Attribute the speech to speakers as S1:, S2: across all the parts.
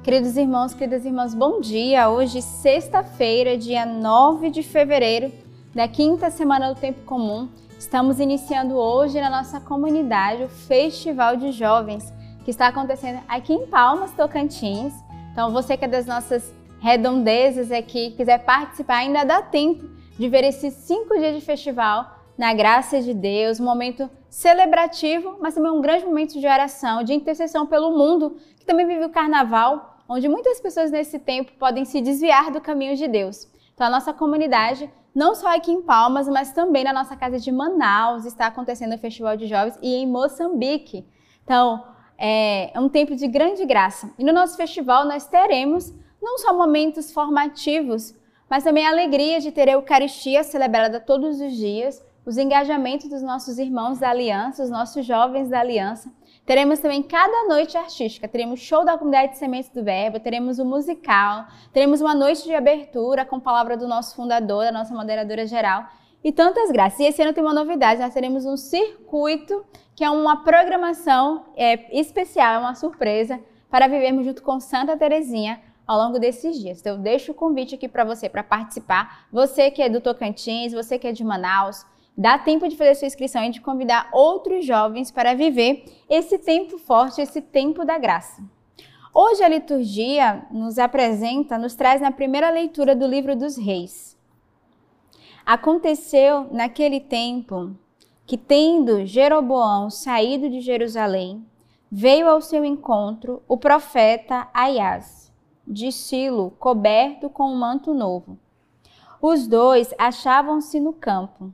S1: Queridos irmãos, queridas irmãs, bom dia! Hoje, sexta-feira, dia 9 de fevereiro, da quinta semana do Tempo Comum, estamos iniciando hoje na nossa comunidade o Festival de Jovens, que está acontecendo aqui em Palmas, Tocantins. Então, você que é das nossas redondezas aqui, quiser participar, ainda dá tempo de ver esses 5 dias de festival, na graça de Deus, um momento celebrativo, mas também um grande momento de oração, de intercessão pelo mundo, que também vive o carnaval, onde muitas pessoas nesse tempo podem se desviar do caminho de Deus. Então a nossa comunidade, não só aqui em Palmas, mas também na nossa casa de Manaus, está acontecendo o Festival de Jovens e em Moçambique. Então é um tempo de grande graça. E no nosso festival nós teremos não só momentos formativos, mas também a alegria de ter a Eucaristia celebrada todos os dias, os engajamentos dos nossos irmãos da Aliança, os nossos jovens da Aliança. Teremos também cada noite artística, teremos show da comunidade de Sementes do Verbo, teremos o musical, teremos uma noite de abertura com palavra do nosso fundador, da nossa moderadora geral e tantas graças. E esse ano tem uma novidade, nós teremos um circuito, que é uma programação especial, é uma surpresa para vivermos junto com Santa Terezinha ao longo desses dias. Então eu deixo o convite aqui para você para participar, você que é do Tocantins, você que é de Manaus. Dá tempo de fazer sua inscrição e de convidar outros jovens para viver esse tempo forte, esse tempo da graça. Hoje a liturgia nos traz na primeira leitura do livro dos Reis. Aconteceu naquele tempo que, tendo Jeroboão saído de Jerusalém, veio ao seu encontro o profeta Aias, de Silo, coberto com um manto novo. Os dois achavam-se no campo.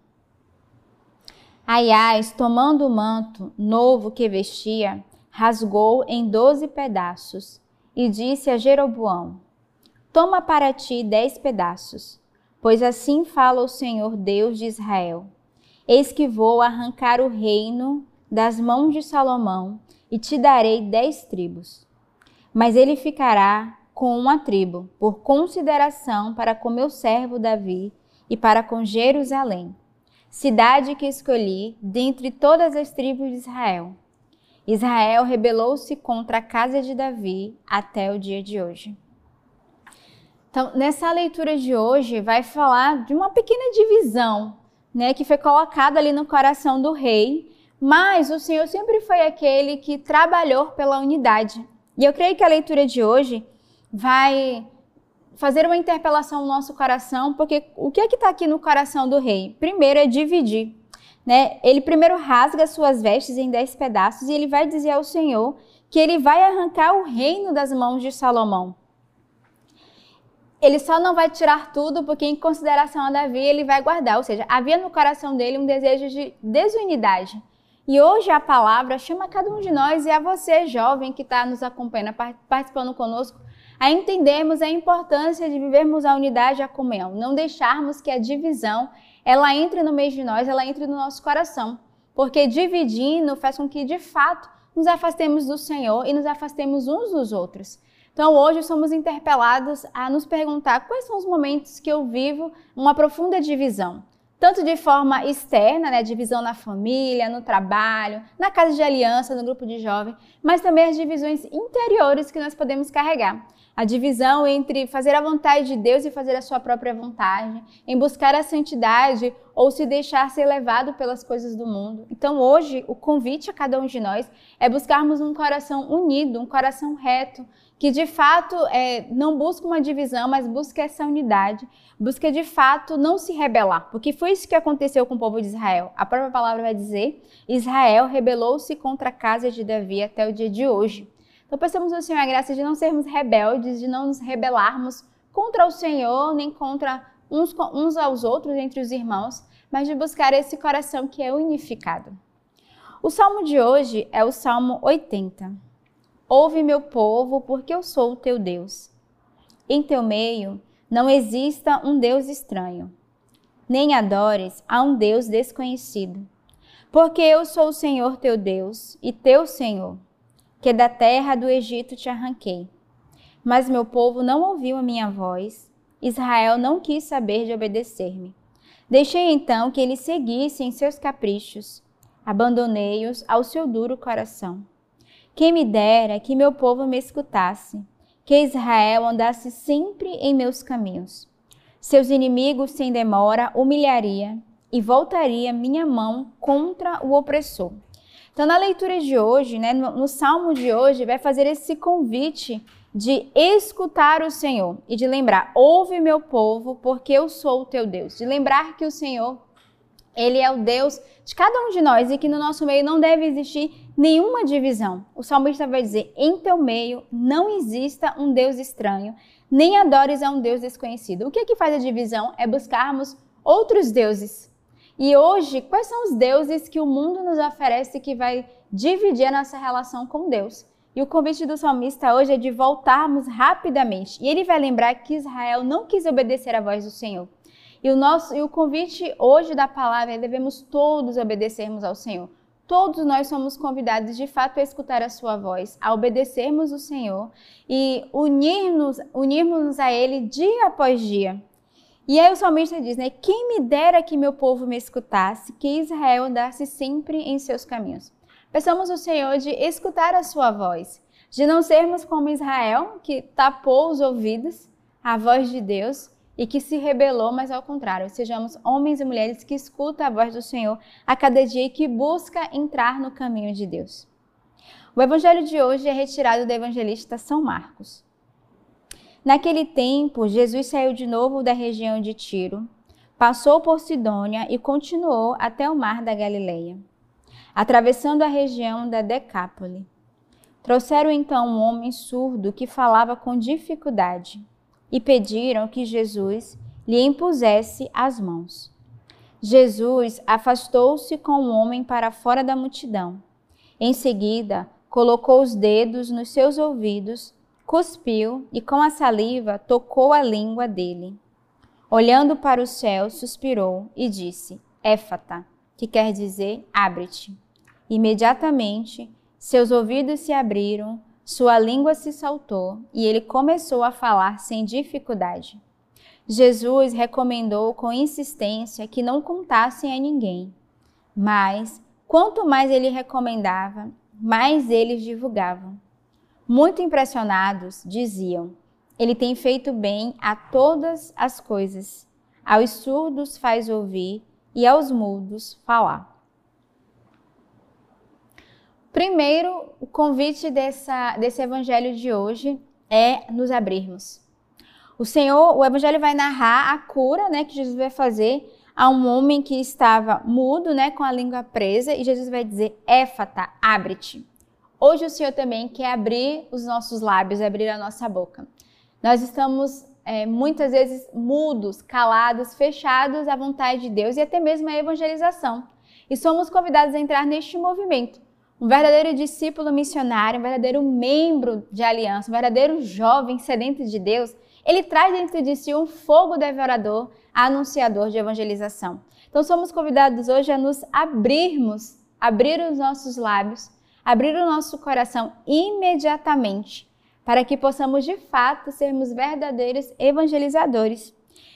S1: Aias, tomando o manto novo que vestia, rasgou em 12 pedaços e disse a Jeroboão: toma para ti 10 pedaços, pois assim fala o Senhor Deus de Israel. Eis que vou arrancar o reino das mãos de Salomão e te darei 10 tribos. Mas ele ficará com uma tribo, por consideração para com meu servo Davi e para com Jerusalém, cidade que escolhi dentre todas as tribos de Israel. Israel rebelou-se contra a casa de Davi até o dia de hoje. Então, nessa leitura de hoje, vai falar de uma pequena divisão, que foi colocada ali no coração do rei, mas o Senhor sempre foi aquele que trabalhou pela unidade. E eu creio que a leitura de hoje vai fazer uma interpelação no nosso coração, porque o que é que está aqui no coração do rei? Primeiro é dividir, Ele primeiro rasga suas vestes em 10 pedaços e ele vai dizer ao Senhor que ele vai arrancar o reino das mãos de Salomão. Ele só não vai tirar tudo porque, em consideração a Davi, ele vai guardar. Ou seja, havia no coração dele um desejo de desunidade. E hoje a palavra chama cada um de nós e a você, jovem, que está nos acompanhando, participando conosco, a entendermos a importância de vivermos a unidade e a comunhão, não deixarmos que a divisão ela entre no meio de nós, ela entre no nosso coração, porque dividindo faz com que de fato nos afastemos do Senhor e nos afastemos uns dos outros. Então hoje somos interpelados a nos perguntar quais são os momentos que eu vivo uma profunda divisão, tanto de forma externa, divisão na família, no trabalho, na casa de aliança, no grupo de jovens, mas também as divisões interiores que nós podemos carregar. A divisão entre fazer a vontade de Deus e fazer a sua própria vontade, em buscar a santidade ou se deixar ser levado pelas coisas do mundo. Então hoje o convite a cada um de nós é buscarmos um coração unido, um coração reto, que de fato não busca uma divisão, mas busca essa unidade, busca de fato não se rebelar, porque foi isso que aconteceu com o povo de Israel. A própria palavra vai dizer: Israel rebelou-se contra a casa de Davi até o dia de hoje. Então peçamos ao Senhor a graça de não sermos rebeldes, de não nos rebelarmos contra o Senhor, nem contra uns aos outros entre os irmãos, mas de buscar esse coração que é unificado. O salmo de hoje é o Salmo 80. Ouve, meu povo, porque eu sou o teu Deus. Em teu meio não exista um Deus estranho, nem adores a um Deus desconhecido. Porque eu sou o Senhor teu Deus e teu Senhor, que da terra do Egito te arranquei. Mas meu povo não ouviu a minha voz, Israel não quis saber de obedecer-me. Deixei então que eles seguissem seus caprichos, abandonei-os ao seu duro coração. Quem me dera que meu povo me escutasse, que Israel andasse sempre em meus caminhos. Seus inimigos sem demora humilharia e voltaria minha mão contra o opressor. Então, na leitura de hoje, no Salmo de hoje, vai fazer esse convite de escutar o Senhor e de lembrar, ouve meu povo, porque eu sou o teu Deus. De lembrar que o Senhor, Ele é o Deus de cada um de nós e que no nosso meio não deve existir nenhuma divisão. O salmista vai dizer, em teu meio não exista um Deus estranho, nem adores a um Deus desconhecido. O que faz a divisão é buscarmos outros deuses. E hoje, quais são os deuses que o mundo nos oferece que vai dividir a nossa relação com Deus? E o convite do salmista hoje é de voltarmos rapidamente. E ele vai lembrar que Israel não quis obedecer à voz do Senhor. E o convite hoje da palavra é devemos todos obedecermos ao Senhor. Todos nós somos convidados de fato a escutar a sua voz, a obedecermos o Senhor e unirmos a Ele dia após dia. E aí o salmista diz, quem me dera que meu povo me escutasse, que Israel andasse sempre em seus caminhos. Peçamos ao Senhor de escutar a sua voz, de não sermos como Israel, que tapou os ouvidos à voz de Deus e que se rebelou, mas ao contrário, sejamos homens e mulheres que escutam a voz do Senhor a cada dia e que busca entrar no caminho de Deus. O evangelho de hoje é retirado do evangelista São Marcos. Naquele tempo, Jesus saiu de novo da região de Tiro, passou por Sidônia e continuou até o mar da Galileia, atravessando a região da Decápole. Trouxeram então um homem surdo que falava com dificuldade e pediram que Jesus lhe impusesse as mãos. Jesus afastou-se com o homem para fora da multidão. Em seguida, colocou os dedos nos seus ouvidos, cuspiu e com a saliva tocou a língua dele. Olhando para o céu, suspirou e disse, Éfata, que quer dizer, abre-te. Imediatamente, seus ouvidos se abriram, sua língua se soltou e ele começou a falar sem dificuldade. Jesus recomendou com insistência que não contassem a ninguém. Mas, quanto mais ele recomendava, mais eles divulgavam. Muito impressionados, diziam, ele tem feito bem a todas as coisas. Aos surdos faz ouvir e aos mudos falar. Primeiro, o convite desse evangelho de hoje é nos abrirmos. O evangelho vai narrar a cura, que Jesus vai fazer a um homem que estava mudo, com a língua presa, e Jesus vai dizer, Éfata, abre-te. Hoje o Senhor também quer abrir os nossos lábios, abrir a nossa boca. Nós estamos muitas vezes mudos, calados, fechados à vontade de Deus e até mesmo à evangelização. E somos convidados a entrar neste movimento. Um verdadeiro discípulo missionário, um verdadeiro membro de aliança, um verdadeiro jovem sedento de Deus, ele traz dentro de si um fogo devorador, anunciador de evangelização. Então somos convidados hoje a nos abrirmos, abrir os nossos lábios, abrir o nosso coração imediatamente, para que possamos de fato sermos verdadeiros evangelizadores.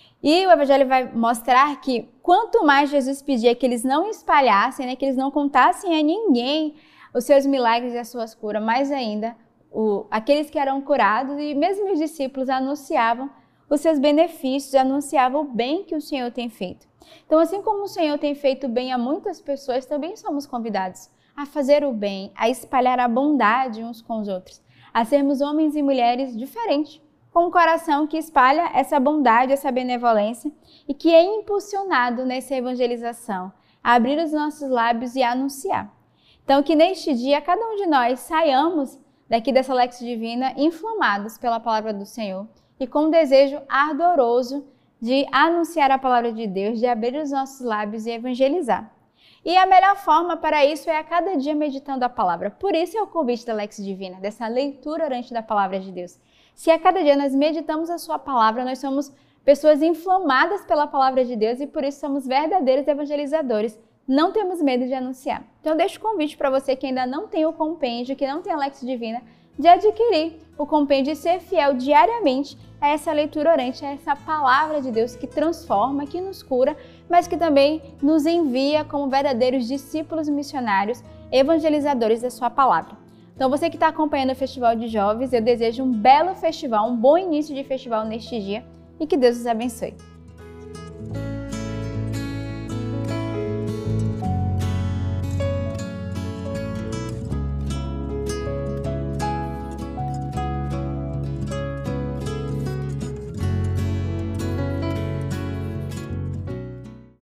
S1: E o evangelho vai mostrar que quanto mais Jesus pedia que eles não espalhassem, que eles não contassem a ninguém os seus milagres e as suas curas, mais ainda, aqueles que eram curados e mesmo os discípulos anunciavam os seus benefícios, anunciavam o bem que o Senhor tem feito. Então, assim como o Senhor tem feito bem a muitas pessoas, também somos convidados a fazer o bem, a espalhar a bondade uns com os outros, a sermos homens e mulheres diferentes, com um coração que espalha essa bondade, essa benevolência e que é impulsionado nessa evangelização, a abrir os nossos lábios e a anunciar. Então, que neste dia, cada um de nós saiamos daqui dessa Lex Divina inflamados pela palavra do Senhor e com um desejo ardoroso de anunciar a palavra de Deus, de abrir os nossos lábios e evangelizar. E a melhor forma para isso é a cada dia meditando a palavra. Por isso é o convite da Lex Divina, dessa leitura orante da palavra de Deus. Se a cada dia nós meditamos a sua palavra, nós somos pessoas inflamadas pela palavra de Deus e por isso somos verdadeiros evangelizadores. Não temos medo de anunciar. Então eu deixo o convite para você que ainda não tem o compêndio, que não tem a Lex Divina, de adquirir o compêndio e ser fiel diariamente a essa leitura orante, a essa palavra de Deus que transforma, que nos cura, mas que também nos envia como verdadeiros discípulos missionários, evangelizadores da sua palavra. Então você que está acompanhando o Festival de Jovens, eu desejo um belo festival, um bom início de festival neste dia e que Deus os abençoe.